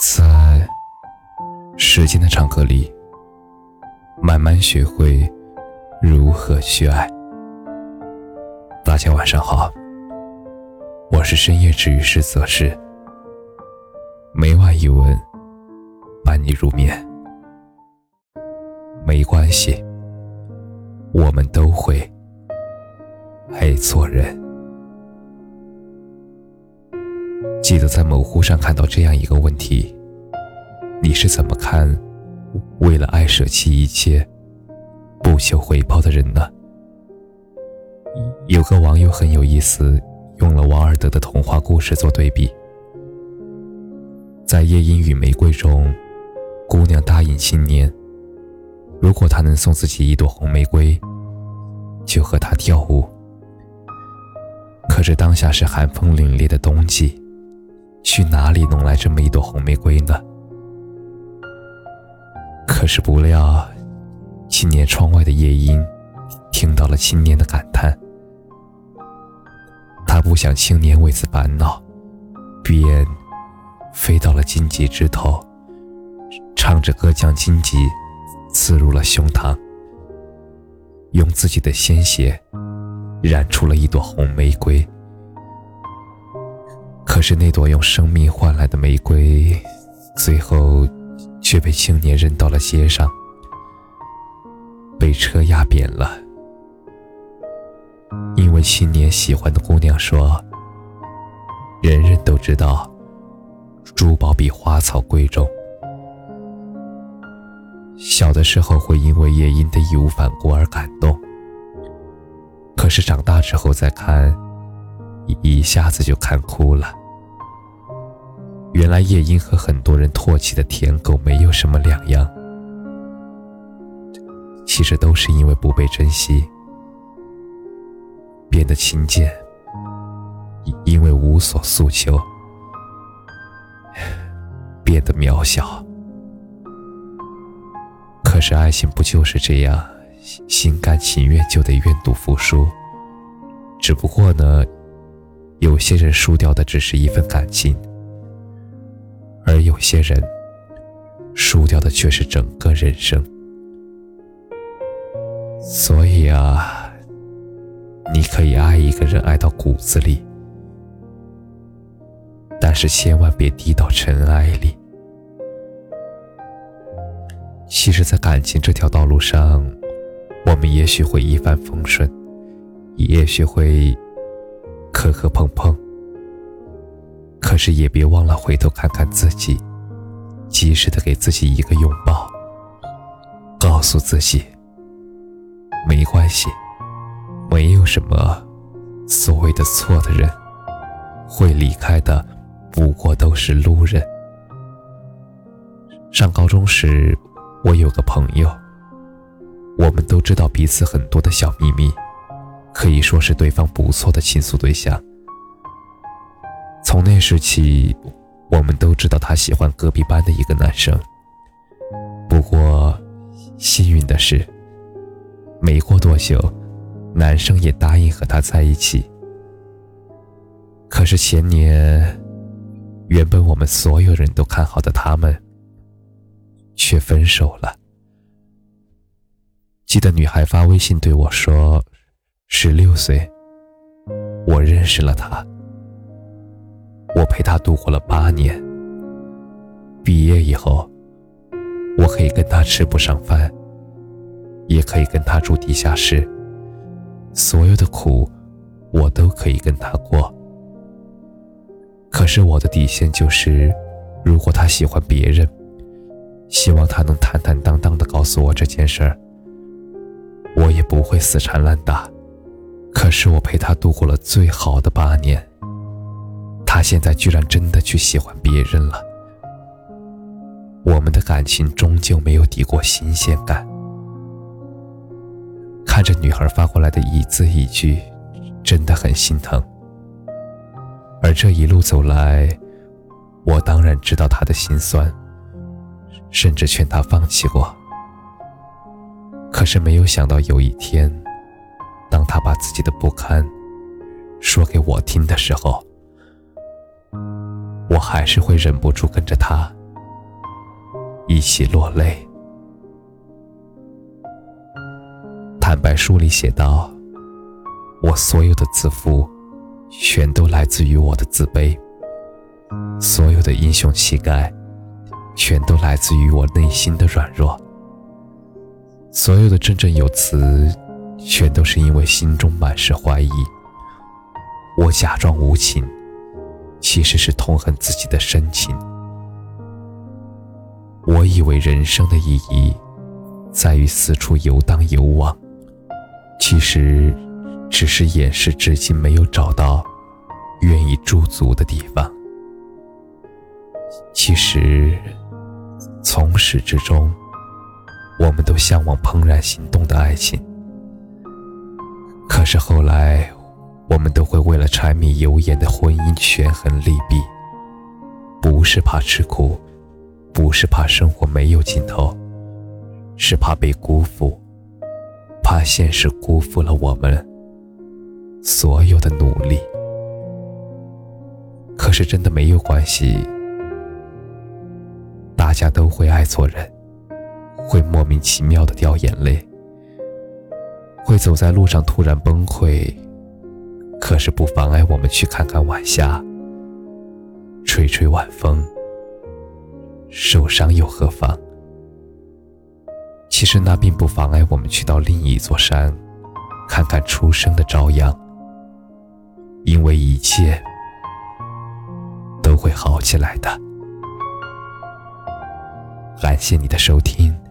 在时间的长河里，慢慢学会如何去爱。大家晚上好，我是深夜治愈师则是，每晚一文伴你入眠。没关系，我们都会爱错人。记得在某乎上看到这样一个问题，你是怎么看为了爱舍弃一切不求回报的人呢？有个网友很有意思，用了王尔德的童话故事做对比。在夜莺与玫瑰中，姑娘答应青年，如果他能送自己一朵红玫瑰，就和他跳舞。可是当下是寒风凛冽的冬季，去哪里弄来这么一朵红玫瑰呢？可是不料，青年窗外的夜莺听到了青年的感叹，他不想青年为此烦恼，便飞到了荆棘枝头，唱着歌将荆棘刺入了胸膛，用自己的鲜血染出了一朵红玫瑰。可是那朵用生命换来的玫瑰，最后却被青年扔到了街上，被车压扁了。因为青年喜欢的姑娘说，人人都知道珠宝比花草贵重。小的时候会因为夜莺的义无反顾而感动，可是长大之后再看，一下子就看哭了。原来夜莺和很多人唾弃的舔狗没有什么两样，其实都是因为不被珍惜，变得轻贱，因为无所诉求，变得渺小。可是爱情不就是这样，心甘情愿就得愿赌服输。只不过呢，有些人输掉的只是一份感情，而有些人输掉的却是整个人生。所以啊，你可以爱一个人爱到骨子里，但是千万别低到尘埃里。其实在感情这条道路上，我们也许会一帆风顺，也许会磕磕碰碰，可是也别忘了回头看看自己，及时的给自己一个拥抱，告诉自己没关系，没有什么所谓的错的人，会离开的不过都是路人。上高中时，我有个朋友，我们都知道彼此很多的小秘密，可以说是对方不错的倾诉对象。从那时起，我们都知道他喜欢隔壁班的一个男生。不过幸运的是，没过多久，男生也答应和他在一起。可是前年，原本我们所有人都看好的他们却分手了。记得女孩发微信对我说，16岁，我认识了他，我陪他度过了8年。毕业以后，我可以跟他吃不上饭，也可以跟他住地下室，所有的苦我都可以跟他过。可是我的底线就是，如果他喜欢别人，希望他能坦坦荡荡地告诉我这件事儿，我也不会死缠烂打。可是我陪他度过了最好的8年，他现在居然真的去喜欢别人了。我们的感情终究没有抵过新鲜感。看着女孩发过来的一字一句，真的很心疼。而这一路走来，我当然知道她的心酸，甚至劝她放弃过。可是没有想到有一天，当她把自己的不堪说给我听的时候，我还是会忍不住跟着她一起落泪。坦白书里写道，我所有的自负全都来自于我的自卑，所有的英雄气概全都来自于我内心的软弱，所有的振振有词全都是因为心中满是怀疑。我假装无情，其实是痛恨自己的深情。我以为人生的意义在于四处游荡游往，其实只是掩饰至今没有找到愿意驻足的地方。其实从始至终，我们都向往怦然心动的爱情，可是后来我们都会为了柴米油盐的婚姻权衡利弊，不是怕吃苦，不是怕生活没有尽头，是怕被辜负，怕现实辜负了我们所有的努力。可是真的没有关系，大家都会爱错人，会莫名其妙地掉眼泪，会走在路上突然崩溃，可是不妨碍我们去看看晚霞，吹吹晚风，受伤又何妨？其实那并不妨碍我们去到另一座山，看看初升的朝阳，因为一切都会好起来的。感谢你的收听。